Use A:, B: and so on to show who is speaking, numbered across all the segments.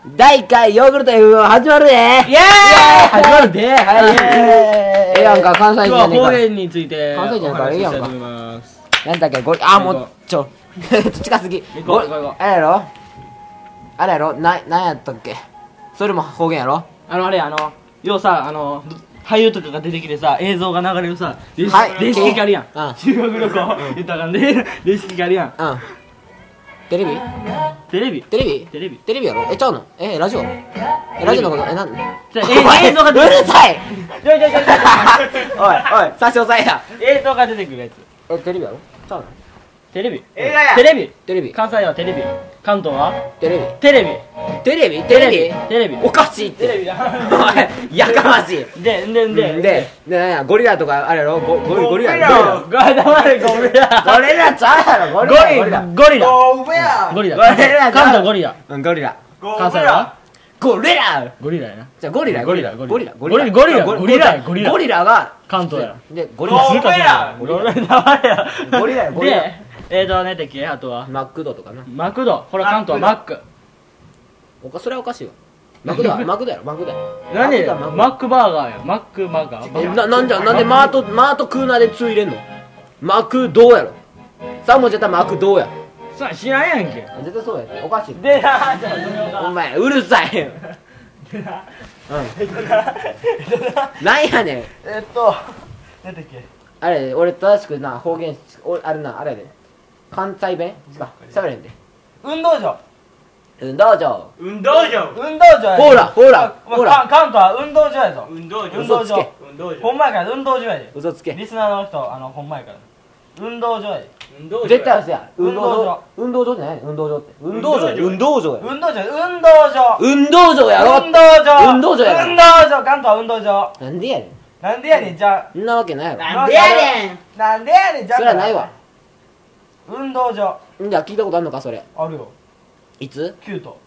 A: 第1回ヨーグルト F 始まるで
B: イエーイ始まるではい
A: ええやんか、関西人やねんから。
B: 今日は方言について
A: 関西人やからええやんか
B: お話ししたいと思います。
A: なんだっけ、もう、近すぎ。
B: 行こう行こう行こう
A: あれやろあれやろなんやったっけそれも方言やろ
B: あれ要さ俳優とかが出てきてさ映像が流れるさ電
A: はい
B: 子機器あるやん
A: うん
B: 修学旅行言ったらあかんで電子機器あるやん
A: うん。テレビ
B: テレビ
A: テレビ
B: テレビ
A: テレビやろちゃうのラジオラジオのこと、なん
B: じゃあ映像が出てくる
A: うるさい
B: ちょい
A: おい、差し押さえや。
B: 映像が出てくるやつ
A: テレビやろちゃうの
B: テレビ
C: 映画や
B: テレビ
A: テレビ
B: 関西はテレビ関東は
A: テレビ
B: テレビ
A: テレビテレビ
B: テレビ
A: おかしいって。
B: テレビだ
A: おい、やかましい。
B: で
A: なんや、ゴリラとか、あれやろゴリラ。
B: 黙れゴリラ
A: ゴリラちゃうやろゴリラ。
B: ゴリラ
C: ゴーや
B: ゴリラ
A: ゴリラ
B: 関東ゴリラ
A: うん、ゴリラ。
B: 関西は
A: ゴリラ
B: ゴリラやな
A: じゃあゴリラ
B: ゴリラ
A: ゴリラ
B: ゴリラゴリラゴリラゴリラ
A: ゴリラが
B: 関東や
A: でゴリラ
C: ゴリラ
B: ゴリラ黙れよ
A: ゴリラゴリラ
B: で何だっけあとは
A: マックドとかな
B: マクドほら関東はマック
A: それはおかしいわマクドやろマクドや
B: 何で
A: マクド
B: マックバーガーやマックバーガー
A: なんでマートクーナーでつ入れんのマクドやろ3文字やったらマクドや
B: さ知らんやんけ
A: 絶対そうやおかしい
B: でな
A: お前うるさいよなんやねん
B: 何だっけ
A: あれ俺正しくな方言あれなあれやで関西弁しか喋れんで
C: 運動場
A: 運動場
C: 運動場や
A: ほら
C: 関東は運動場やぞ
B: 運動場
A: 嘘つけ
C: ほんまやから運動場やで
A: 嘘つけ
C: リスナーの人ほんまやから運動場やで
B: 運動場
A: 絶対嘘や
C: 運動場
A: 運動場じゃない運動場って運動場や
C: 運動場
A: 運動場やろ
C: 運動場
A: 運動場やろ
C: 運動場関東は運動場
A: なんでやねん
C: なんでやねんじゃあ
A: そんなわけないやろ
C: なんでやねんなんでやねんじゃあ
A: それはないわ
C: 運動場
A: じゃあ聞いたことあんのかそれ
C: あるよ
A: いつ
C: キュート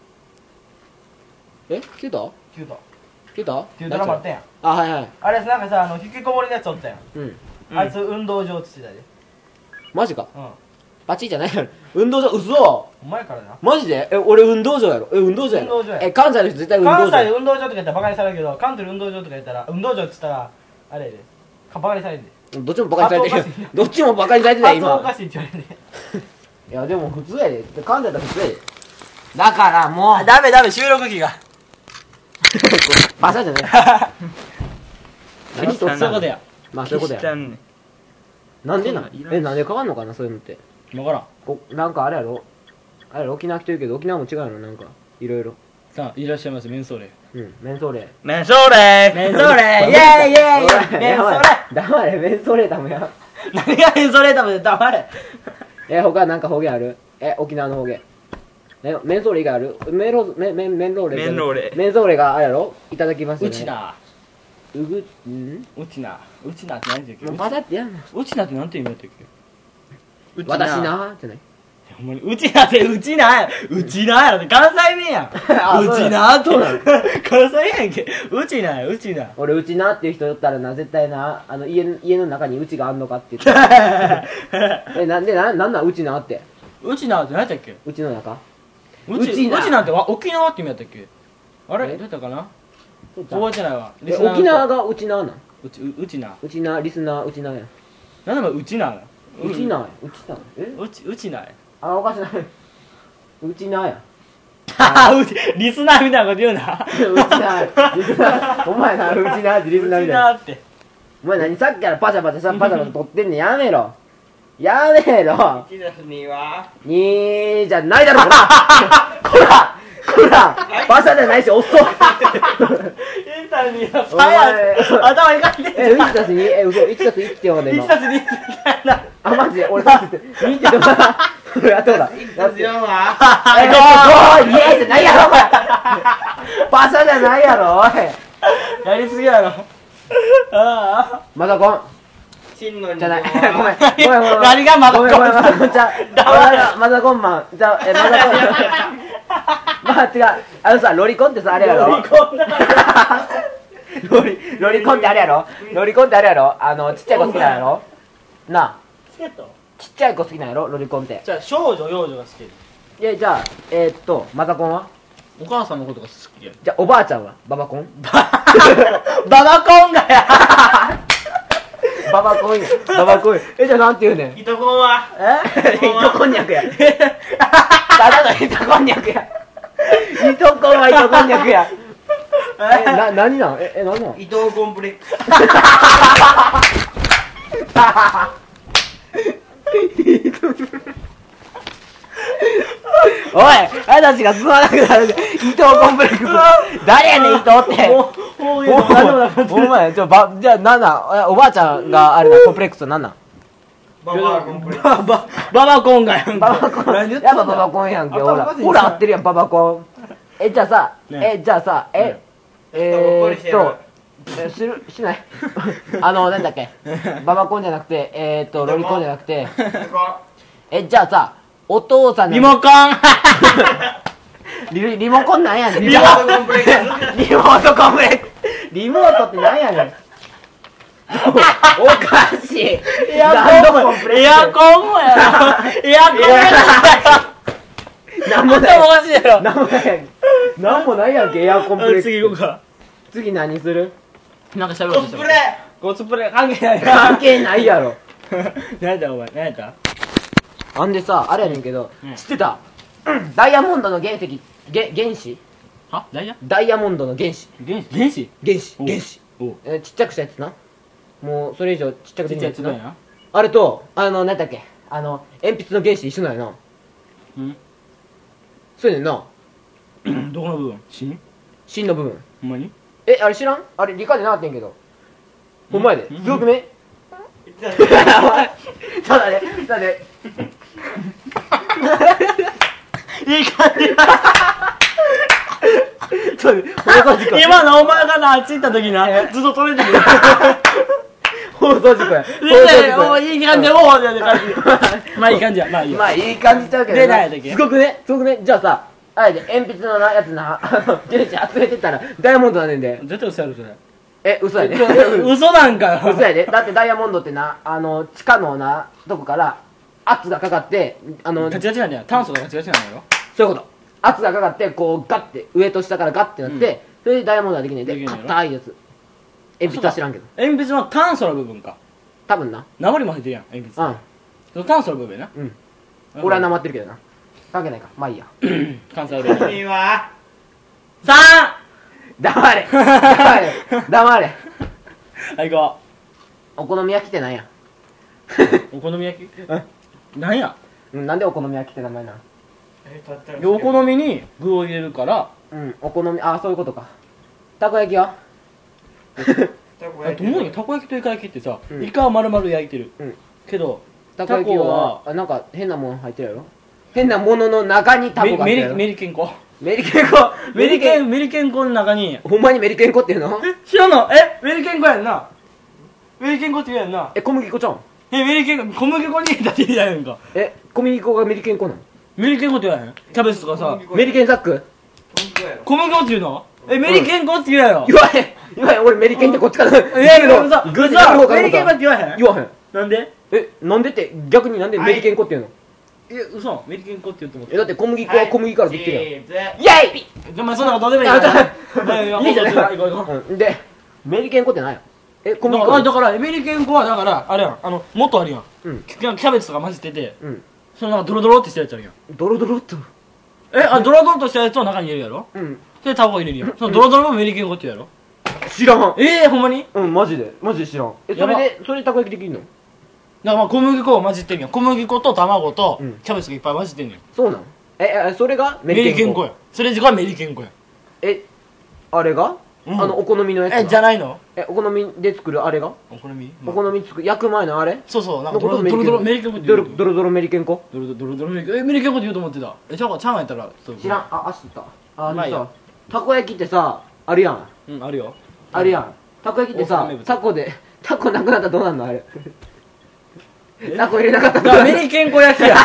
A: キュート
C: キュート
A: キュート
C: っていうドラマあったやん
A: あはいはい
C: あれなんかさ引きこもりのやつおったやん
A: うん
C: あいつ運動場っつってたで
A: マジか
C: うん
A: バチじゃないやろ運動場嘘
C: お前からな
A: マジで俺運動場やろ運動場やろ
C: 運動場や
A: 関西の人絶対運動場
C: 関西で運動場とか言ったらバカにされるけど関東で運動場とか言ったら運動場っつったらあれやでバカにされるで
A: どっちもバカにされてる
C: あおかしい
A: どっちもバカにされてた今
C: 発音おかしいって言われるで
A: いやでも普通やで関西だったら普通やでだからもう
C: ダメ収録機が
A: バサじゃない何
B: そういうことや
A: まあそういうことやなんでなんでかかんのかなそういうのって
B: 分からん
A: なんかあれやろ沖縄来てるけど沖縄も違うのなんかいろいろ
B: さあいらっしゃいませメンソーレ
A: メンソーレ
C: メンソーレ
B: メンソーレ
C: イエーイイエーイメンソーレ
A: 黙れメンソーレータムや
C: 何がメンソーレだもんで黙れ
A: 他なんか方言ある沖縄の方言メンソーレ以外あるメンローレ
C: メンローレ
A: があれやろいただきますよね
B: うちなうちなって何て言うっけ
A: バサってやんな
B: うちなって何て意味やったっけ
A: 私なじゃない
B: ほんまにうちなってうちなやろって関西弁やん
A: あ
B: うちなって
A: そうなの
B: 関西やんけうちな
A: 俺うちなっていう人だったらな絶対な家の中にうちがあんのかって言ってなんうちなって
B: うちなって何やったっけ
A: うちの中
B: うちなんて沖縄って意味やったっけあれどうやったかな覚えてないわ
A: 沖縄がうちななん
B: うちな
A: うちなリスナーうちなや
B: なんでもうちな
A: うちな
B: うちな
A: おかしないうちなや
B: リスナーみたいなこと言うな
A: うちなリスナーお前なうちなってリスナーみたいな
B: って
A: お前何さっきからパチャパチャ撮ってんねんやめろ
C: 1たす2は
A: 2じゃないだろこらパチャじゃないし遅っ
B: インタビューの頭にかけて
A: 1たす2嘘1たす1って言わんね今
B: 1たす2みたいな
A: あマジで俺2って言ってたやってもら
C: 1たす4は
A: 5イエーイじゃないやろお前パチャじゃないやろおい
B: やりすぎやろ
A: マザコン
C: 真の
A: じゃない
C: 人は
A: ごめん
B: 何がマザコン
A: ごめんじゃマザコンマンじゃマザコンまあ違うさロリコンってさあれやろロリコンってあれやろちっちゃい子好きなんやろなあ
B: チケット
A: ちっちゃい子好きなんやろロリコンって
B: じゃあ少女幼女が好き
A: いやじゃあマザコンは
B: お母さんのことが好きや。
A: じゃあおばあちゃんはババコン
B: ババコンがや。
A: ババコンや。ババコンや。じゃあなんて言うねん。
C: いとこは
A: 糸こんにゃくや。ただの糸こんにゃくや。糸こんは糸こんにゃくや。何なん何なん
C: 伊藤コンプレックス
A: おい、あいたちが進まなくなるで。伊藤コンプレックス。誰やねん、伊藤って。
C: もういいの何でもなかった
A: お前、じゃあなんなんおばあちゃんがあれだ、コンプレックスはなんなん
C: ババアコンプレック
B: ババコンがやんけ。
A: ババコン。やっぱババコンやんけ、ほら。ほら、合ってるやん、ババコン。じゃあさ、しないなんだっけババコンじゃなくて、ロリコンじゃなくて、じゃあさ、お父さん
B: リモコン
A: リモコンなんやねん。
C: リモートコンプレックス
A: リモートコンプレックス。リモートってなんやねん。おかしい。
B: エアコンもやろ。エアコン
A: なんもない。
B: 頭おかしいやろ。
A: なんもないやんけ、エアコンプレックス。
B: 次行こうか。
A: 次何する
B: なんか喋ろうとした。
C: コスプレ
B: コスプレ関係ない
A: 関係ないやろ。
B: 何やったお前、何やった
A: あんでさ、あれやねんけど、
B: うん
A: 知ってたダイヤモンドの原子
B: はダイヤ
A: ダイヤモンドの原子
B: 原子おう
A: 原子
B: おう
A: ちっちゃくしたやつな。もうそれ以上ちっちゃく
B: ちっちゃいや
A: できないやつな。
B: つだよな。
A: あれとなんだっけ鉛筆の原子一緒なんやな。
B: うん
A: そうやねんな。
B: どこの部分芯
A: 芯の部分。
B: ほんまに
A: あれ知らんあれ理科でなかったんやけど。ほんまやで。
B: うん
A: よくね。ちょっと待って。
B: いい感じ
A: ちょっと放送事故。
B: 今のお前がなあっち行った時なずっと止めてくる
A: 放送事故や。
B: おいい感じおおって感じまあいい感じやまあいいよ
A: まあいい感じちゃうけど
B: で何やったっけ
A: すごくねじゃあさあれで鉛筆のやつな原子集めてったらダイヤモンドなんねんで。
B: 絶対嘘やろそれ
A: 嘘やで
B: 嘘なんかよ
A: 嘘やで。だってダイヤモンドってな地下のなとこから圧がかかって
B: ガチガチなんだよ炭素がガチガチなんだよ
A: そういうこと。圧がかかってこうガッて上と下からガッてなってそれでダイヤモンドができねえで
B: できんねやろ
A: 硬いやつ。鉛筆は知らんけど
B: 鉛筆の炭素の部分か
A: 多分な。
B: 鉛も入ってるやん鉛筆その炭素の部分やな
A: うん俺はなまってるけどな。関係ないか。まあいいや。
B: 関西弁
C: 君は
B: 3
A: 黙れ
B: はい行こ
A: お好み焼きってなんや
B: うお好み焼きなんや
A: なんでお好み焼きって名前なん
B: お好みに具を入れるから
A: お好みそういうことか。たこ焼きは
B: と思うよたこ焼きとイカ焼きってさ
A: うん
B: イカは丸々焼いてる
A: うん
B: けど
A: たこ焼き
B: タコ
A: は
B: は
A: なんか変なもん入ってるやろ。変なものの中にタコが入ってるやろ。
B: メリケン粉
A: メリケン粉
B: メリケン粉の中に
A: ほんまにメリケン粉っていうの
B: 知らんのメリケン粉やんなメリケン粉って言うやんな
A: 小麦粉ちゃうん
B: メリケン粉小麦粉に入れたって言うやんか
A: 小麦粉がメリケン粉なの
B: メリケン粉って言うやんキャベツとかさ
A: メリケンザック
B: 小麦粉って言うのメリケン粉って言うやろ
A: 言わへん俺メリケンってこっちから
B: 嘘
A: グッズある方から
B: メリケン粉って言わへん
A: 言わへん
B: なんで
A: なんでって逆になんでメリケン粉っていうの
B: 嘘メリケン粉って言うと思って
A: だって小麦粉は小麦からできてるやんイ
C: チーズ
A: ェイ
B: お前そんなことどうでもいいから
A: いいじゃない
B: 行こう行こう
A: でメリケン粉って何や小麦粉
B: だからメリケン粉はだからあれやん元あるやん
A: うん
B: キャベツとか混ぜてて
A: うん
B: そのなんかドロドロってしたやつあるやん
A: ドロドロっと
B: ドロドロとしたやつを中に入れるやろ
A: うん
B: でタバコ入れるやんそのドロドロもメリケン粉って言うやろ
A: 知らん
B: ほんまに
A: マジで知らんそれでたこ焼きできるの
B: だからまあ小麦粉を混ぜてんやん小麦粉と卵と
A: うん
B: キャベツがいっぱい混ぜてんねん
A: そうなんそれがメ
B: メ
A: リケン粉
B: リケン粉やそれがメリケン粉や
A: あれが
B: うん
A: お好みのやつ
B: じゃないの
A: お好みで作るあれが
B: お好み
A: お好み焼く前のあれ
B: そうそうなんか
A: のこと
B: ドロドロメリケン粉って言う
A: ドロドロメリケン粉
B: ドロドロメリケンメリケン粉って言うと思ってたちゃうやったらそう
A: 知らん足つった
B: まあいいや
A: たこ焼きってさあるやん
B: うんあるよ
A: あるやんたこ焼きってさ
B: 大阪名物
A: タコなくなったらどうなんのあれタコ入れなかった
B: だからメリケン粉焼きや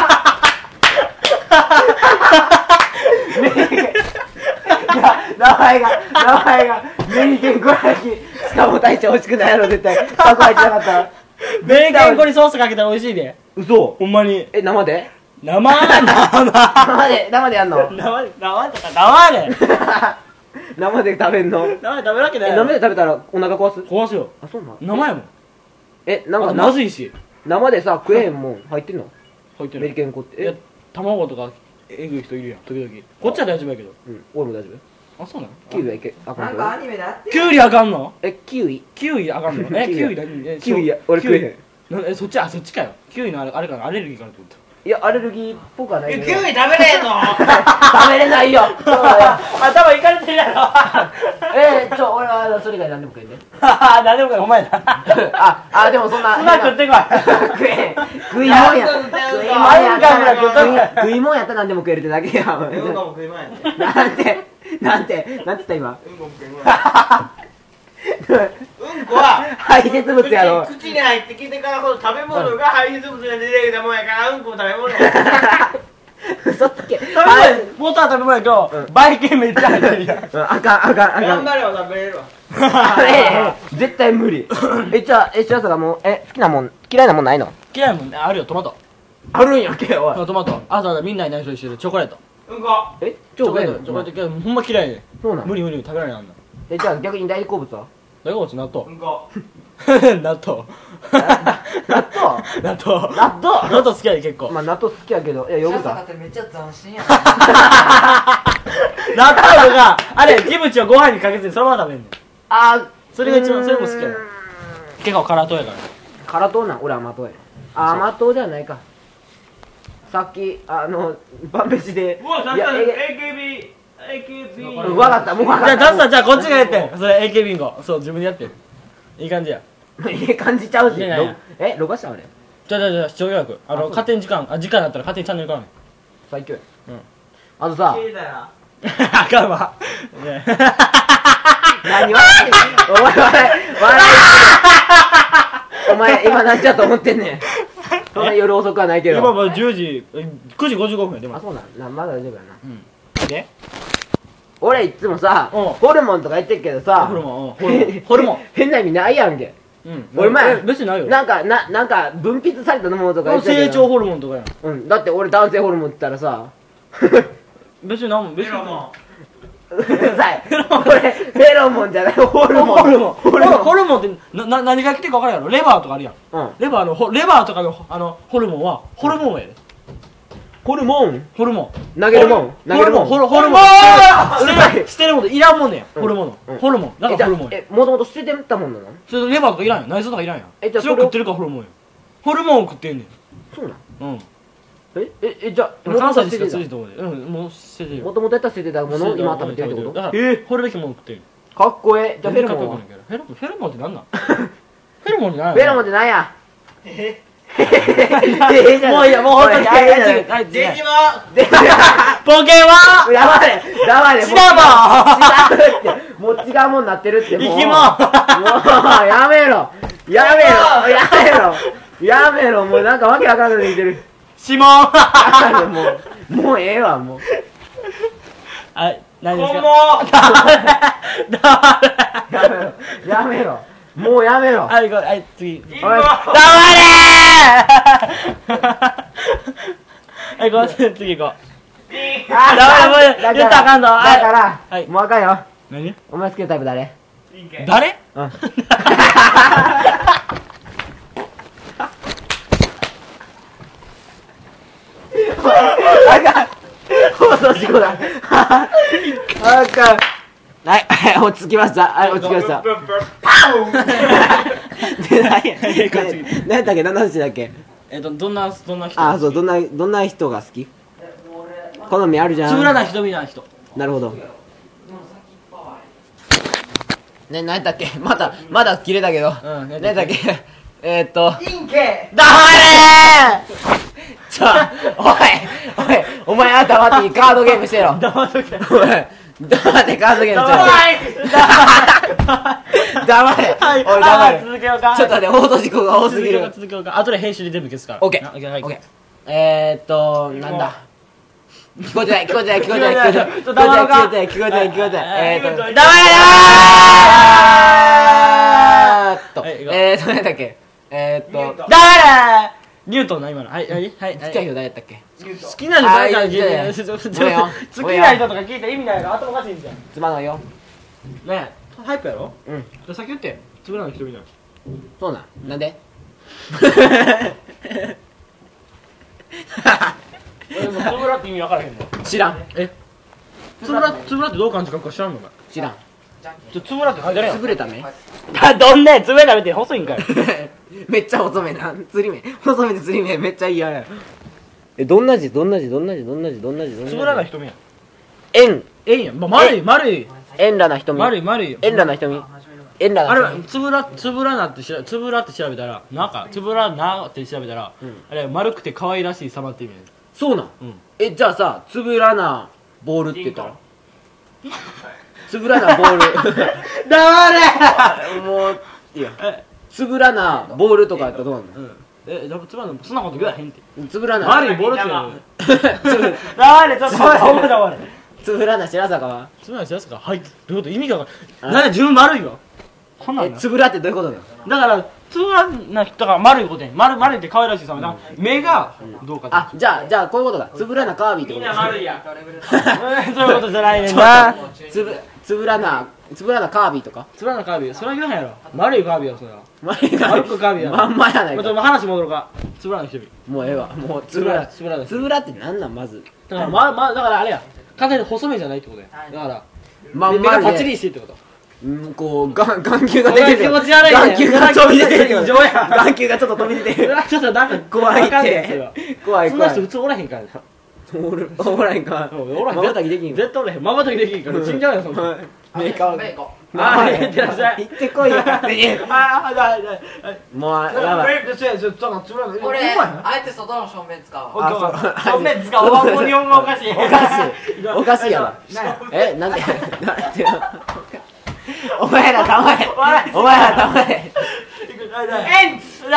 A: 名前がメリケン粉焼きしかも大して美味しくないやろ絶対タコ入ってなかったら
B: メリケン粉にソースかけたら美味しいで
A: 嘘
B: ほんまに
A: 生で生でやんの？
B: 生とか生で
A: 生で食べんの？
B: 生で食べるわけない。
A: 生で食べたらお腹壊す？
B: 壊すよ。
A: あ、そうなん？
B: 生やもん。
A: なんか
B: まずいし。
A: 生でさ、食えへんもん入ってんの？
B: 入ってる。
A: メリケン粉って。
B: いや、卵とかえぐい人いるやん、時々。こっちは大丈夫やけど。
A: うん、俺も大丈夫。
B: あ、そうなの？
A: キウイはいけ、あかん。
D: なんかアニメであって
B: キュウリあかんの？
A: キウイ
B: キウイあかんの？キウイ何？
A: キウイ俺食えへん。
B: そっちかよ。キウイのあれかな、アレルギーかなと思った。
A: いや、アレルギーっぽくはないけど。
D: キウイ食べれへんの？
A: 食べれないよ。そうだよ。
B: 頭いかれてるやろ。
A: 俺はそれ以外何でも食えんね。
B: 何でもかお前だ。
A: でもそんな。
B: 砂食ってこい。
A: 食え。食いもんや。食いもんやったら何でも食えるってだけや。
D: うんこも食いまんやね。
A: なんて言った今。
D: うんこも食いまんや。うんこは
A: 排泄物やろ。
D: 口に入ってきてからこの食べ物が排泄物が出てきたもんやからうんこも食べ物や。
A: 嘘つけ。
B: モーター食べ物やけど、バイキンめっちゃ入ってるやん。
A: あかん。
D: 頑張れば食べれるわ。
A: 絶対無理。じゃあさがもう、好きなもん、嫌いなもんないの？
B: 嫌いもんね、あるよ、トマト。
A: あるんやけ、おい。
B: トマト。あとみんなに内緒してるチョコレート。
D: うんこ。
B: チョコレート、ほんま嫌いね。
A: そうなの？
B: 無理食べられないあんな。
A: じゃあ逆に大好物は？
B: 大好物納豆。
D: うんこ。
B: 納豆。
A: 納豆
B: 好きやで結構。
A: まあ納豆好きやけど、いや、呼ぶか。
D: ってめっちゃ斬新やん。
B: 納豆とか、あれ、キムチをご飯にかけずにそのまま食べんねん。それが一番、それも好きやな。結構辛党やから。
A: 辛党なん？俺甘党や。甘党ではないか。さっき、晩飯で。
D: うわ、なんか AKB。
A: 分かった、もう分かった。
B: じゃあこっちがやってん。それ AK ビンゴ。そう、自分でやってん。いい感じや。
A: いい感じちゃうし。
B: いやいや
A: 録画した俺。
B: じゃあ視聴予約。勝手に時間だったら勝手にチャンネル変わんねん。
A: 最強や。あとさ。
B: あかんわ。
A: 何笑ってんの？お前笑い。お前今何時だと思ってんねん。そんな夜遅くはないけど。
B: 今もう10時、9時55分やでも。
A: あ、そうなん。まだ大丈夫やな。
B: うん。で
A: 俺いつもさ、ホルモンとか言ってるけどさ、
B: ホルモン。
A: 変な意味ないやんけ。俺前、
B: 別にないよ。
A: なんか分泌されたものとか言ってたけど。
B: 成長ホルモンとかやん。
A: うん。だって俺男性ホルモンって言ったらさ、
B: 別に何も、別に。
A: うるさい。これ、フェロモンじゃない、ホルモン。
B: ホルモンって、何が来てるか分からんやろ。レバーとかあるやん。レバーとかの、ホルモンは、ホルモンやで。
A: ホルモン
B: 投
A: げるもん
B: ホルモン捨てるもんでいらんもんねん。ホルモンだからホルモンや。
A: もともと捨ててたもんなの？
B: それレバーとかいらんやん。内臓とかいらんやん。
A: じゃあ
B: それを食ってるからホルモンや。ホルモンを食ってんねん。
A: そうなん？
B: うん。
A: じゃあ
B: 関西でしか通じたもんで。もう捨ててる。
A: もともとやったら捨ててたものを今食べてるってこと？
B: だから掘るべきもの食ってる。
A: かっこええ。じゃあフェロモンは？
B: フェロモンってなんなん？フェロモンってなん
A: フェロモンってなんや？
B: もういいや、もうほんとに。
D: デジモ
B: ポケモン
A: 黙れ
B: シナ
A: モンもう違うもんなってるってもう
B: 生き物
A: やめろもうなんかわけわかんないで言ってる
B: シモン
A: もうええわもう
B: 何ですか
A: やめろもうやめろ
B: 次
D: ン
B: 黙れ次行こう黙れもう言ったらあかんぞ
A: だからもうあかんよ
B: 何
A: お前好きなタイプ誰？
B: 誰？
A: うんあかん放送事故だあかんはい落ち着きましたはい落ち着きましたで何やったっけ何の話だっけ
B: どんな人？
A: あそうどんな人が好き？好みあるじゃん。
B: つぶらない瞳な人。
A: なるほど。ね、何やったっけまだ切れたけど。何やったっけ
D: インケ
A: 黙れお前頭っていいカードゲームしてろ。
B: 黙っとけ。
A: おい黙ってカードゲームしてろ。黙れおい黙れ。
B: 続けようか。
A: ちょっと待って放送事故が多すぎる。
B: 続けようか。後で編集で全部消すから。
A: オッケー。なんだ聞こえてない黙れ何だっけ黙れ
B: ニュートンな、今の。はい、はい、はい。
A: 好きな人誰やったっけ？
B: 好きな人誰か聞いて。
A: あ
B: 好きな人とか聞いて意味ないから頭おかしいんじゃん。
A: つまんないよ。
B: ねえ、ハイプやろ？
A: うん。
B: じゃあ先言って。つぶらの瞳なの。
A: そうなん。なんで？
B: 俺もつぶらって意味分からへんもん。
A: 知らん。
B: え？つぶらってどう感じか知らんのか。
A: 知らん。
B: つぶらって書いてあるやん。
A: 潰れた目。
B: どんなつぶらなめて細いんかい。
A: めっちゃ細めな。釣り目。細めで釣り目めっちゃ嫌や。どんな字？
B: つぶらな瞳やん。円やん。丸い。
A: 円らな瞳。
B: 丸いよ。
A: 円らな瞳。円ら
B: あ
A: な瞳。
B: れ、つぶらなって調べたら、なんか、つぶらなって調べたら、あれ、丸くて可愛らしい様って意味やねん。
A: そうなん。じゃあさ、つぶらなボールって言ったら？つぶらなボール。
B: 黙れ
A: もう、いや。つぶらなボールとかやったらどうなんの？
B: つぶらな、そんなこと言わへんって。
A: つぶらな。
B: 丸いボールって言うの。
C: 黙れちょっと黙れ
A: つぶらな白坂は？
B: つぶらな知らすかはい。どういうこと意味がわかんない。なんで自分丸いわ。こんなんな
A: つぶらってどういうことなの？
B: だから、つぶらな人が丸いことやん。丸いって可愛らしい様だ。目が、どうか
A: あ、じゃあこういうことだ。つぶらなカービィってことだ。
D: 丸いや
B: そういうことじゃないねんな。
A: つぶらなカービィとか？
B: つぶらなカービィ。それは言わへんやろ。丸いカービィやろ、それは。
A: 丸
B: くカービィやろ。
A: まんまやないか。
B: 話戻ろうか。つぶらな瞳。
A: もうええわ。もう
B: つぶら
A: ってなんなんまず。
B: だからだからあれや。完全に細めじゃないってことや。だから、
A: まん
B: 目がパチ
A: で。
B: リしてってこと。
A: こう、眼球が出てる。
B: 気持ち悪いね。
A: 眼球が飛び出てる。
B: 異常や。
A: 眼球がちょっと飛び出てる。
B: ちょっとなんか
A: 怖いって
B: わかんねえそれは
A: 怖い
B: そんな人普通おらへんからな。
A: おらへんか。
B: おらへん。
A: 瞬きできん。
B: 絶対おらへん。瞬きできんから死んじゃうよ、そんな。
A: メーカー。
B: あー、いってらっしゃい。
A: 行ってこいよ。もう、やばい。
E: 俺、あえて外の正面使うわ。
C: 正面使うわ。もう日本語おかしい。
A: おかしいやろ。なんでお前ら黙れ。お前ら黙れ。
C: エンツ黙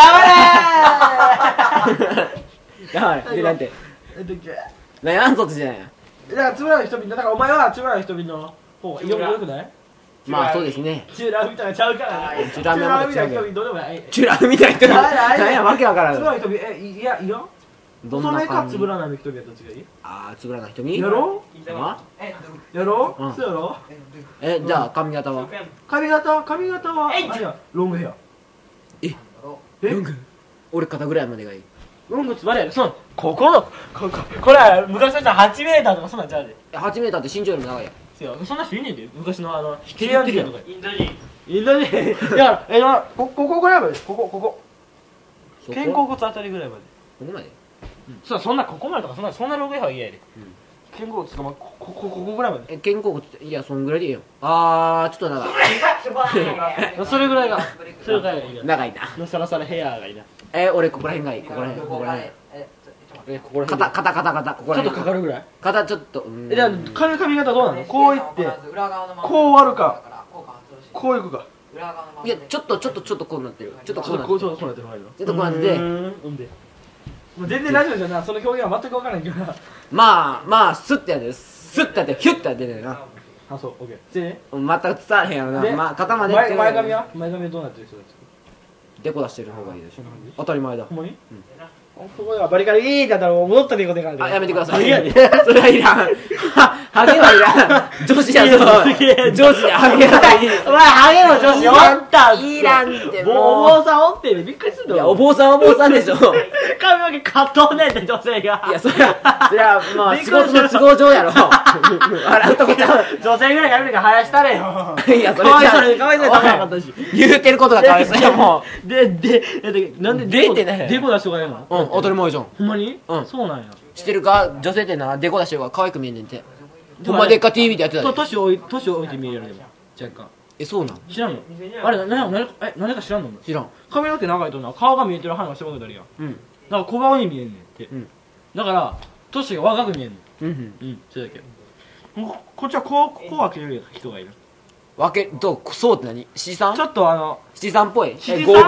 A: 黙れ。で、なんて。何暗卒じゃないや。
C: だからつぶらの瞳だからお前はつぶらの瞳の方がよくない？
A: まあそうですね。
C: チューラーみたいなちゃうからね。
A: チュラ
C: みたいな瞳どうでもない。
A: チュラみたいな人何やわけわからん。
C: つぶらの瞳いやいらん？
A: どんな
C: それか
A: 感じ？
C: つぶらない瞳やったら違い？
A: つぶらな瞳？
C: やろ
A: う？
C: やろ
A: うん
C: そうやろ？
A: じゃあ髪型は？
C: 髪型はロングヘア。
A: ロング？俺肩ぐらいまでがいい。
B: ロングつばれやろ。これ昔の人は8メーターとかそんなんちゃうで。
A: 8メーターって身長よりも長いやん。
B: そんな人いんねんで。昔の平安時代とか。
D: インド人
B: インド人。いや、ここぐらいまで。ここ。
A: そこ
B: 肩甲骨あたりぐらいまで。
A: ここまで？
B: そんなここまでとかそんなロングヘアは嫌やで。肩甲骨とかここぐらいまで。
A: 肩甲骨って、いや、そんぐらいでいいよ。ちょっと長い。
B: それぐらいがいいな。
A: 長いな。
B: サラサラヘアがいいな。
A: 俺ここら辺がいい。ここら辺。
B: ここら辺。
A: 肩、ここら辺。
B: ちょっとかかるぐらい。
A: 肩ちょっと。
B: じゃあ髪型どうなの？こういってこう割るかこういくか。
A: いや、ちょっとこうなってる。ちょっとこうなってる。
B: こうなってる。
A: ちょっとこうなってて。
C: もう全然ラジオじゃな、その表現は全く分からないけどな。
A: まあ、スッてやって、スッてやって、ヒュッてやってんねんな。
C: あ、そう、オッケー。でね、
A: 全く伝われへんやろ
C: で
A: な。まあ、肩まで。
C: 前髪はどうなってる人たち？
A: デコ出してる方がいいでしょ。当たり前だ。
C: ほんまに？ここはバリカリいいってやったら戻ったらいいことやからね。
A: やめてください。
C: いやね。
A: それはいらん。ハゲはいらん。女子やぞ。女子でハゲはいい。
C: お前ハゲの女子おった
A: いらんって
C: お
A: も
C: 坊さんおってね、びっくりする
A: う。いや、お坊さんでしょ。
C: 髪の毛カットねんって女性が。
A: いや、そりゃ、まあ、仕事の都合上やろ。笑うとこちゃう。
C: 女性ぐらい髪の毛生やしたれよ。
A: いや、それ
C: かわいそうに食べなかったし。
A: 言うてることがかわいそうや、もう。
C: なんで
A: でってね
C: デコ出しとかやんの？
A: 当たり前じゃん。
C: ほんまに？
A: うん
C: そうなんや。
A: 知ってるか？女性ってな、デコ出してるから可愛く見えんねんて。ほんまでっか TV でやってたで。
C: 年置いて見えるでも。若干。
A: そうなん？
C: 知らんの？あれ、何か知らんの？
A: 知らん。
C: 髪の毛長いとな、顔が見えてる範囲はしてことあるやん。
A: うん。
C: だから小顔に見えんねんって。
A: ん
C: だから、年が若く見えんね
A: うん。
C: ん。それだけ。こっちはこう開ける人がいる。
A: そうって何？七三？
C: ちょっと
A: 七三っぽい。
C: 七三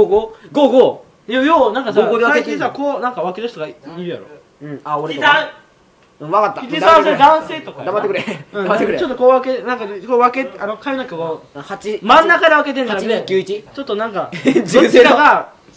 A: 55。
C: よう、なんかさ、
A: ここで分け
C: 最近さ、こう、なんか分ける人がいるやろ。
A: うん。俺とか。わかった。
C: 七三世男性とかやな。
A: 黙ってくれ。
C: うん
A: 黙ってくれ。
C: ちょっとこう分け、なんか、こう分け、髪の毛を、
A: 8。
C: 真ん中で分けてんじゃなくて、
A: 8、9、1。
C: ちょっとなんか、どっ
A: 10
C: ちかが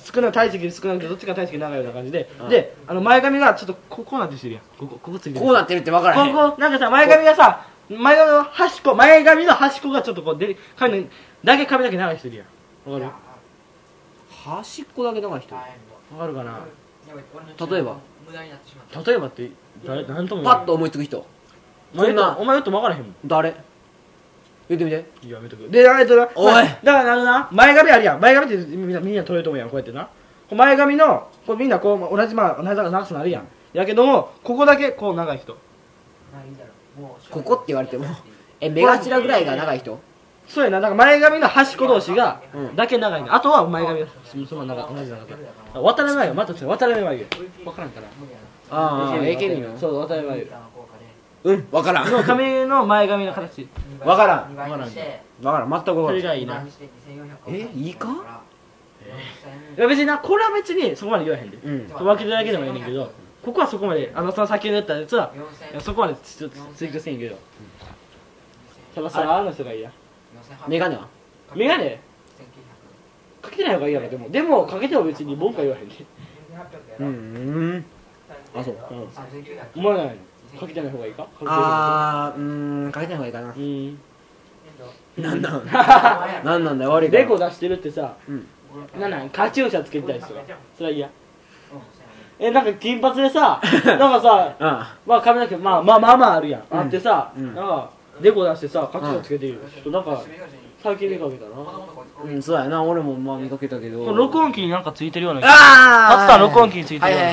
C: 少ない体積少なくてどっちが体積長いような感じで、で前髪がちょっとこうなってしてるやん。ここついてる。
A: こうなってるって分からへん。
C: こなんかさ前髪がさ前髪の端っこがちょっとこうで髪のだけ長い人いるやん。わかる？
A: 端っこだけ長い人。
C: わかるかな？
A: 例えば
C: 例えばってなんとも
A: パッと思いつく人。
C: お前言っても分からへんもん。
A: 誰？言ってみて。
C: いやめとく。でな
A: おい
C: だからな前髪あるやん。前髪ってみんな取れると思うやん。こうやってな前髪のこれみんなこう同じ長さなるやん。やけどもここだけこう長い人。
A: ここって言われても目頭ぐらいが長い人。
C: そうやな、なんか前髪の端っこ同士がだけ長いね。あとは前髪がその同じ長さ。渡辺眉毛、また渡辺眉毛。分からんから。
A: ああ、AKB の？
C: そう、渡辺眉毛。
A: 分からん。
C: の髪の前髪の形。
A: 分からん。
C: 分からん。
A: 全く分からん。
C: それがいいな。
A: いいか？
C: いや別にな、これは別にそこまで言わへんで。分けてだけでもいいねんけど、ここはそこまで、その先に言ったやつは、そこまで追求せんけど。サバサバの人がいいや。
A: メガネは？
C: メガネかけてない方がいいやろ。でもかけても別に文句は言わへんで。
A: あ、そう。
C: 思わないの？かけてない方がいいか？
A: かけてない方がいいかな。なんなんだよ、悪いから。
C: デコ出してるってさ、カチューシャつけてたりする。それは嫌。なんか金髪でさ、なんかさ、まあ髪の毛まああるやん。あってさ、なんかデコ出してさ、カチューシャつけてる人なんか最近見かけたな。
A: そうやな、俺もまあ見かけたけど。
C: 録音機になんかついてるような。あった録音機についてるような。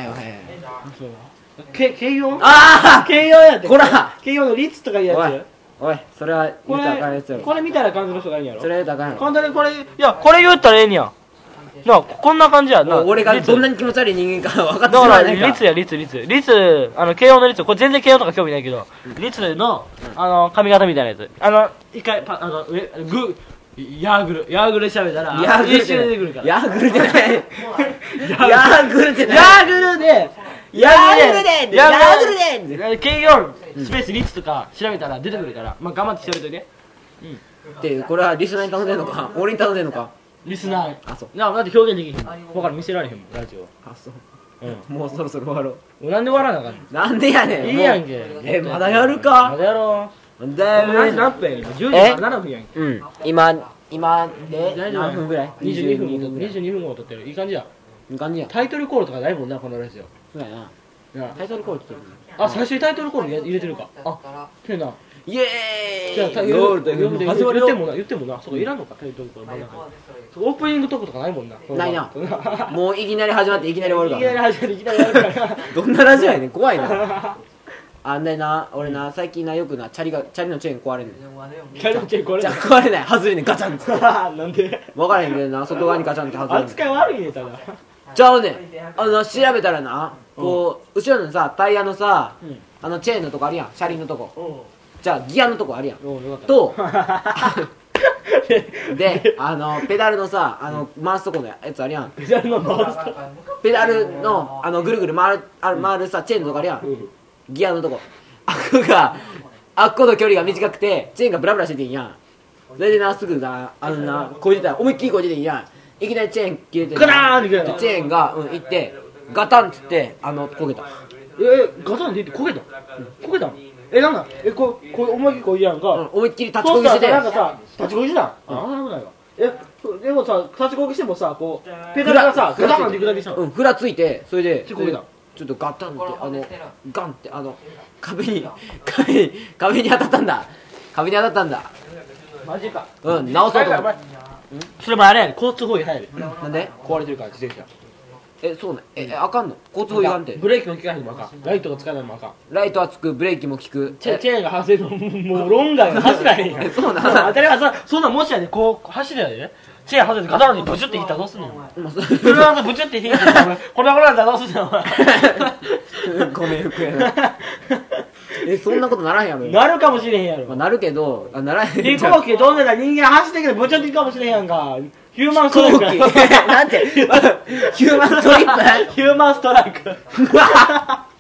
C: 軽音？軽音やって。
A: こら！
C: 軽音のリツとかいうやつ。
A: おい、それは見たらあかんやつやろ。
C: これ見たら感じの人がいいんやろ。
A: それ言うたらあかんやろ。
C: 簡単にこれ、いや、これ言ったらええんやん。な、こんな感じやな。
A: 俺がどんなに気持ち悪い人間か分かって
C: しま
A: わないか。
C: リツや、リツ、慶応のリツ、これ全然慶応とか興味ないけど、リツの、髪型みたいなやつ。一回、ヤーグルで喋ったら、一瞬出てくるから。
A: ヤーグルじゃない。
C: 慶応スペースリツとか調べたら出てくるから、まあ頑張って調べといて。
A: で、これはリスナーに頼んでんのか俺に頼んでんのか
C: リスナー。
A: あ、そう。
C: だって表現できへん。分からん、見せられへんもん、ラジオ。
A: あ、そう。もうそろそろ終わろ
C: う。なんで終わらなあかんの？
A: なんでやねん。
C: いいやんけ。
A: まだやるか？
C: まだやろう。
A: だいぶ
C: 何分やん今？10時7分やんけ。
A: 今で何分ぐらい
C: ？22分後撮ってる。いい感じや。
A: いい感じや。
C: タイトルコールとかないもんな、このラジオ。
A: そうやな。タイトルコールって
C: あ、最初にタイトルコール入れてるか。あ、そうやな。
A: イエーイ
C: ゴールド始まるよ。言ってもな、そこいらんのか、タイトルコール。オープニングトークとかないもんな。
A: ないな。もういきなり始まっていきなり終わるから。
C: いきなり終わるから。
A: どんなラジオやねん、怖いな。でな、俺な、最近な、よくな、チャリのチェーン壊れんねん。
C: チャリのチェーン壊れんの？
A: 壊れない、外れねん、ガチャンって。
C: なんで？
A: 分からへんけどな、外側にガチャンって外れんねん。
C: 扱い悪いね、ただ。
A: ちゃうねん。調べたらな、こう、後ろのさ、タイヤのさ、チェーンのとこあるやん、車輪のとこ。じゃあ、ギアのとこあるやん。と、で、ペダルのさ、回すとこのやつあるやん。
C: ペダルの回すとこ？
A: ペダルの、ぐるぐる回るさ、チェーンのとこあるやん。ギアのとこ。あっこの距離が短くて、チェーンがブラブラしてていいやん。それでな、すぐな、こいでたら、思いっきりこいでていいやん。いきなりチェーン切れて、
C: ガラーンって切れた。
A: チェーンが、いって、ガタンってって、焦げた。
C: ガタンって言って焦げた？焦げた？なんだ？こう思いっきりこいやんか。
A: 思いっきり立ちこぎしてて。
C: なんかさ、立ちこぎしてた？ああ、危ないわ。でもさ、立ちこぎしてもさ、こう、ペダルがさ、ガタンっていくだけしたの。
A: ふらついて、それで、
C: 焦げた。
A: ちょっとガタンってガンって壁に当たったんだ。壁に当たったんだ。
C: マジか。
A: 直そうと思って。
C: それもあれやね、交通法違反やで。
A: なんで？
C: 壊れてるから自転車。
A: そうね。あかんの？交通法違反って。
C: ブレーキも効かへんのもあかん。ライトが使えないのもあかん。
A: ライトはつく、ブレーキも効く。
C: チェーンが外れるのもう論外が走らへんやん。
A: そうな。
C: 当たり前さ、そんなんもしやでこう走るやで。チェーン外れてガタンにブチュって引いたらどうすんの？それはブチュって引いてこんなことなんだらどうすんの？
A: ごめん、服やな。そんなことならへんやろ。
C: なるかもしれへんやろ。
A: なるけど、ならへん。
C: 飛行機飛んでたら人間走ってけどブチュっていくかもしれへんやんか。ヒューマンストライク。
A: なんてヒューマンストリップ？
C: ヒューマンストライク。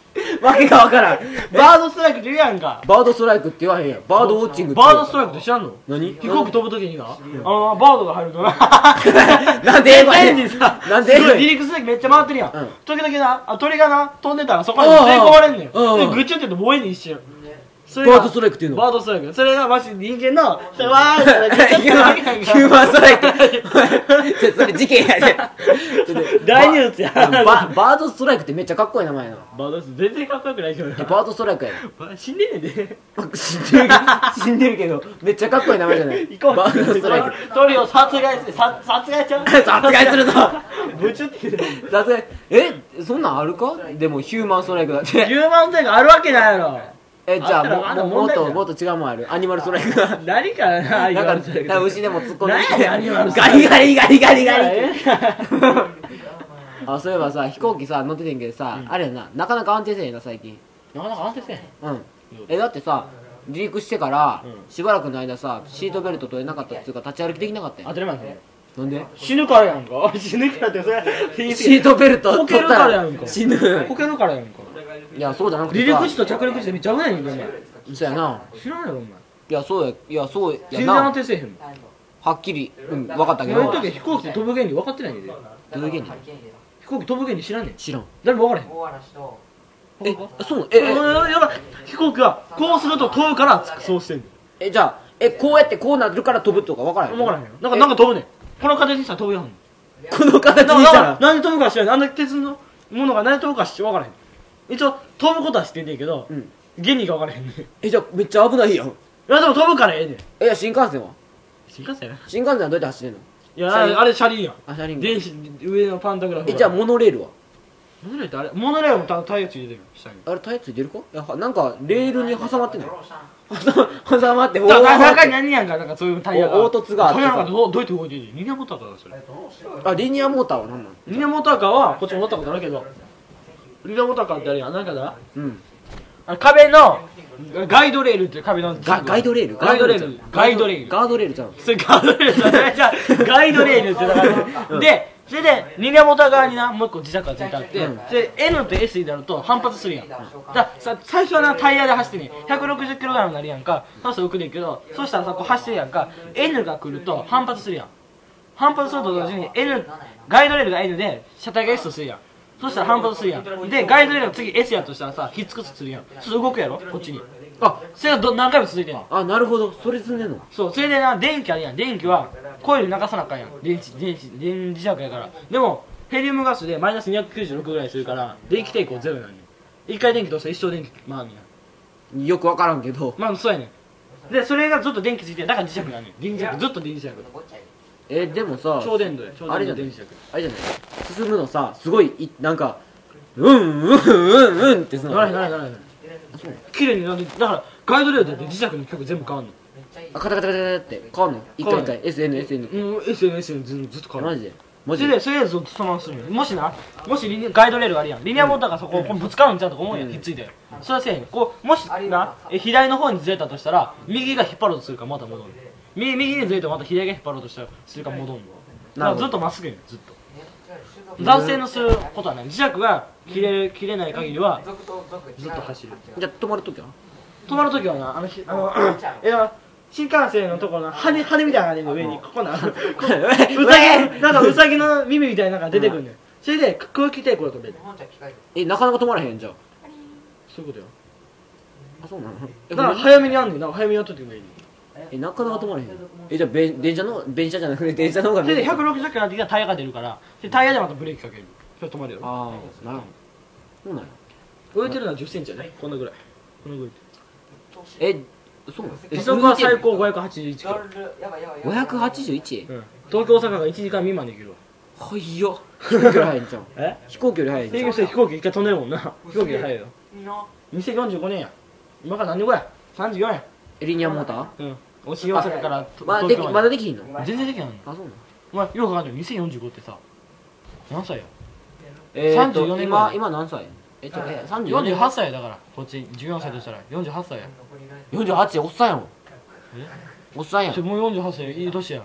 A: わけがわからん。
C: バードストライクって言うやんか。
A: バードストライクって言わへんやん。バードウォッチングって。
C: バードストライクって知らんの？
A: 何？
C: 飛行機飛ぶときにな、バードが入るとな。
A: なんで英語やねん。
C: エンジンさ、
A: なんで英語やねん。
C: すごい離陸するときめっちゃ回ってるやん。
A: うん
C: 時々な、鳥がな、飛んでたらそこに吸い込まれんねん。
A: うんうん
C: で、ぐちゅって言って燃えんねん一瞬。それが
A: バードストライクっていうの？
C: バードストライク。それがマジ人間の、わーって
A: ヒューマンストライク。それ事件やね。
C: 大ニュースや。
A: バードストライクってめっちゃかっこいい名前やな。
C: バードス全然かっこよくないけどな。
A: バードストライクやね。
C: 死んでんねんで。
A: 死んでるけど、めっちゃかっこいい名前じゃない。
C: 行こう。
A: バードストライク。
C: 鳥を殺害して、殺害ちゃう
A: 殺害するぞ。
C: ブチュって言うてる。
A: 殺害、そんなんあるか？でもヒューマンストライクだって。
C: ヒューマンストライクあるわけないやろ。
A: じゃ
C: あったらまだ
A: あ
C: 問題じゃん
A: もっと違うもんある。アニマルストライクが。
C: 何かな、あ
A: なんか、多分牛でも突っ込んできて。
C: 何やねんアニマルスト
A: ガ
C: ライク
A: リガリガリガリガリ。
C: え
A: あ、そういえばさ、飛行機さ、乗っててんけどさ、あれやな、なかなか安定せえへんな、最近。
C: なかなか安定せえへん。
A: うん。だってさ、離陸してから
C: うん、
A: しばらくの間さ、シートベルト取れなかったっていうか、立ち歩きできなかったやん。
C: 当たり前だね。
A: なんで
C: 死ぬからやんか。死ぬからってそれ言い過ぎ
A: シートベルト
C: こける
A: 取った
C: からやんか。
A: ら死ぬ。
C: こけるからやんか。
A: いや、そうじゃなくてさ
C: 離陸、時と着陸時ってめっちゃ危ないねんけどお前。
A: そうやな。
C: 知らんやろお前。
A: いや、そうや、いや、そうや
C: 全然安
A: な。
C: 定せえへんもん。
A: はっきり、分かったけど。
C: 俺の時飛行機飛ぶ原理分かってないねんで。
A: どういう原理
C: 飛行機飛ぶ原理知らんねん。
A: 知らん。
C: 誰も分からへん。
A: そう、
C: やばい飛行機はこうすると飛ぶからそうしてんの。
A: じゃあ、こうやってこうなるから飛ぶとか分からへん。
C: 分からへんよ。なんか飛ぶねん。この形にしたら飛ぶやん。
A: この形にしたら。
C: なんで飛ぶか知らない。あんな鉄のものが何で飛ぶか分からへん。一応飛ぶことは知ってんねんけど、
A: うん
C: 原理が分からへんねん。い
A: じゃあ、めっちゃ危ないやん。
C: やでも飛ぶからええねん。
A: いや、新幹線は
C: 新幹線やな。
A: 新幹線はどうやって走ってんの？
C: いやあれ車輪やん。
A: あ、車輪が。
C: 電子上のパンタグラフ。
A: じゃあ、モノレールは
C: モノレールってあれモノレールもタイヤついてるよ下に。
A: あれタイヤついてるか？いや、なんか、レールに挟まってんの挟まって、
C: 中に何やんか、なんかそういうタイヤが。
A: 凹凸があってさ
C: タイヤなんかどうやって動いてるの？リニアモーターかなそれ。
A: あ、リニアモーターは何なの？
C: リニアモーターカーはこっちも乗ったことあるけど、リニアモーターカーってあれやん、なんかだ
A: うん。
C: 壁のガイドレールっていう壁の
A: ガイドレール
C: ガイドレールガイドレール
A: ガードレールじゃん。
C: それガイドレールじゃあガイドレールってだからでそれでリニアモーター側になもう一個磁石がついてあってで N と S になると反発するやんだから最初はなタイヤで走ってね 160kg になるやんかそうすると浮くねんけどそうしたらさこう走ってるやんか N が来ると反発するやん反発すると同時に ガイドレールが N で車体が S とするやんそしたら反発するやんでガイドレールが次 S やとしたらさひっつくするやんそうすると動くやろこっちにあそれが何回も続いてんの
A: あ、なるほど。それ積んでんの？
C: そうそれでな電気あるやん電気はコイル流さなあかんやん電磁石やからでもヘリウムガスでマイナス296ぐらいするから電気抵抗ゼロなんねん一回電気通したら一生電気回んねん
A: よくわからんけど。
C: まあそうやねんでそれがずっと電気ついてるだから磁石なんねん電磁石ずっと電磁石
A: でもさ、
C: 超電導や超
A: あれじゃない
C: 電導電磁石
A: あれじゃない進むのさ、すごい、なんか、うんってすんの。
C: ならへんならへんならへん綺麗になるだからガイドレールで磁石の曲全部変わんの
A: カタカタカタカタって変わんの？一回一回。SN。
C: SNS ずっと変わる
A: マジでマジで
C: それでそれでずっとそのままするのもしガイドレールがあるやんリニアモーターがそこぶつかるんちゃうとか思うやんひっついてそれはせえへんこうもしな左の方にずれたとしたら右が引っ張ろうとするからまた戻る右にずれてまた左が引っ張ろうとしたらするから戻るのだからずっとまっすぐやねんずっと男性のすることはない磁石が切れない限りはずっと走る
A: じゃあ止まるときは
C: 止まるときはな新幹線のところの羽みたいな感じの上にここなうさぎの耳みたいなのが出てくるねんそれで空気抵抗が飛べる
A: なかなか止まらへんじゃん。
C: そういうことよ
A: あ、そうなの？
C: だから早めにやんねんな早めにやっといてもいい
A: なかなか止まらへん。じゃあ電車じゃなくて電車の方が
C: それで160キロになってきたらタイヤが出るからでタイヤでまたブレーキかけるそれ止まるよ
A: ああ、なるほど。そうなんや。
C: 動いてるのは10センチやねこんなぐらいこのぐらい
A: そうなの？
C: 時速は最高581キロ、
A: 581？
C: 東京大阪が1時間未満できるわ
A: はいよ。飛行機より速いんちゃう？
C: え
A: 飛行機より速いんちゃう？
C: 飛行機一回飛んでるもんな飛行機で速いよ2045年や今から何年後や34や
A: リニアモーター？
C: うん大阪から
A: ま
C: 東京ま
A: だできひんの？
C: 全然できないの
A: あ、そうなの？
C: お前よく考えてる2045ってさ何歳や
A: 34
C: 34年前
A: 今何歳？34年
C: 48歳やだからこっち14歳としたら48歳や
A: 48おっさんやん。おっさんやん。
C: もう48歳いい年や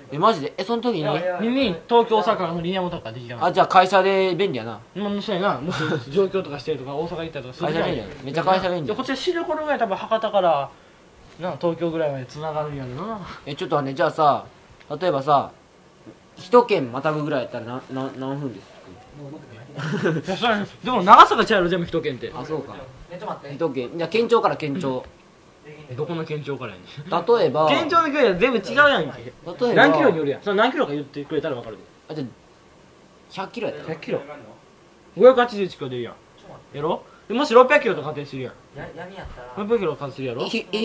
A: マジでその時に
B: に東京大阪のリニアモーターカーできたの。
A: じゃあ会社で便利やな。
B: もうそうやな、もし上京とかしてるとか大阪行ったりとかする
A: 会社便利やな。めっちゃ会社便利や
B: こっちで知る頃ぐらい多分博多からな東京ぐらいまで繋がるんやろな。
A: ちょっとね、じゃあさ、例えばさ、一県またぐぐらいやったら何分です
B: いやでも長さが違うよ、全部一県って。
A: あ、そうか。
E: ちょっと待って。
A: 一県。じゃあ県庁から県庁。
B: どこの県庁からやね
A: 例えば、
B: 県庁の距離は全部違うやんけ。
A: 例えば
B: 何キロによるやん。その何キロか言ってくれたら分かるで。
A: あ、じゃあ100キロやったら
B: 100キロ581キロ出るやん。やろでもし600キロと仮定するやん。
E: 闇やったら。
B: 600キロ仮定するやろ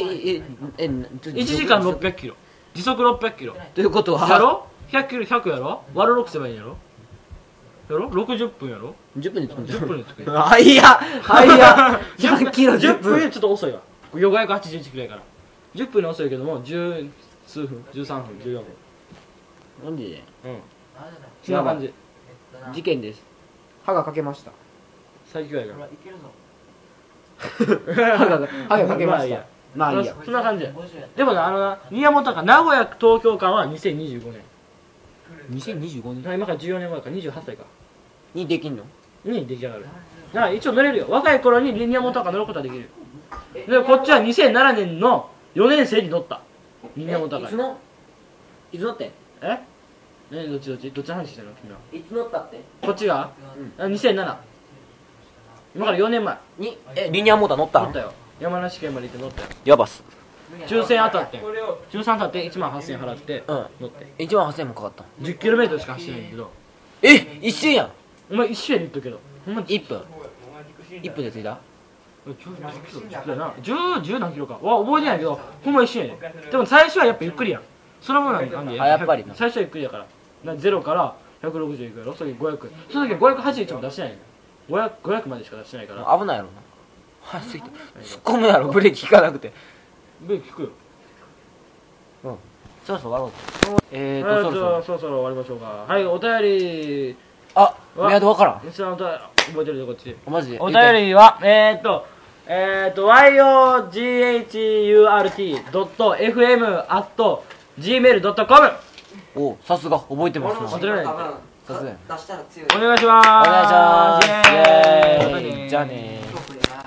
B: 1時
A: 時
B: 間600キロ。時速600キロ。
A: ということは
B: やろ ?100 キロ100やろ割る6すればいいんやろやろ ?60 分やろ
A: 10分で作る
B: 10分で作る。
A: はいや100キロ
B: 10
A: 10
B: 分
A: 分
B: ちょっと遅いわ。581キロやから。10分で遅いけども、10数分、13分、14分。
A: なんで
B: うん。そんな感じ。
A: 事件です。歯が欠けました。
B: 最強やから。
E: いけるぞ。
A: 歯が欠けました。まあいいや。
B: そんな感じや。
E: 50やっ
B: でもな、新山とか名古屋東京間は2025年。
A: 2025年
B: 今から14年前か、28歳か。
A: にできんの？
B: に出来上がる。だから一応乗れるよ。若い頃に新山とか乗ることはできる。で、こっちは2007年の4年生に乗った。新山とか。
A: いつ乗って
B: えどっちの話してるの君は。
A: いつ乗ったって
B: こっちが、2007。今から4年前。
A: にリニアモーター乗ったん
B: 乗ったよ。山梨県まで行って乗ったよ。
A: やばっす。
B: 抽選当たって抽選当たって1万8000円払って
A: うん
B: 乗って
A: 1万8000円もかかったん
B: 10km しか走ってないんだけど、
A: 一瞬やん
B: お前一瞬や言っとくけどほんま
A: 1分で着いた
B: 10何キロかわ覚えてないけどほんま一瞬やね。でも最初はやっぱゆっくりやん。そのものなんで
A: あやっぱりな
B: 最初はゆっくりやから0から160いくやろ。その時500その時は581も出してないねん。500までしか出してないから
A: 危ないやろな走ってきて突っ込むやろブレーキ効かなくて
B: ブレーキ効くよ。
A: そろそろ終わろう
B: そろそろ終わりましょうか。はい、お便り
A: あメアドわからん
B: お便り覚えてるでこっち
A: マジで
B: お便りはyogurt.fm@gmail.com
A: おさすが覚えてますな
B: 忘れないで
E: た。
A: さすがや
E: 出したら強い。
B: お願いします。
A: お願いします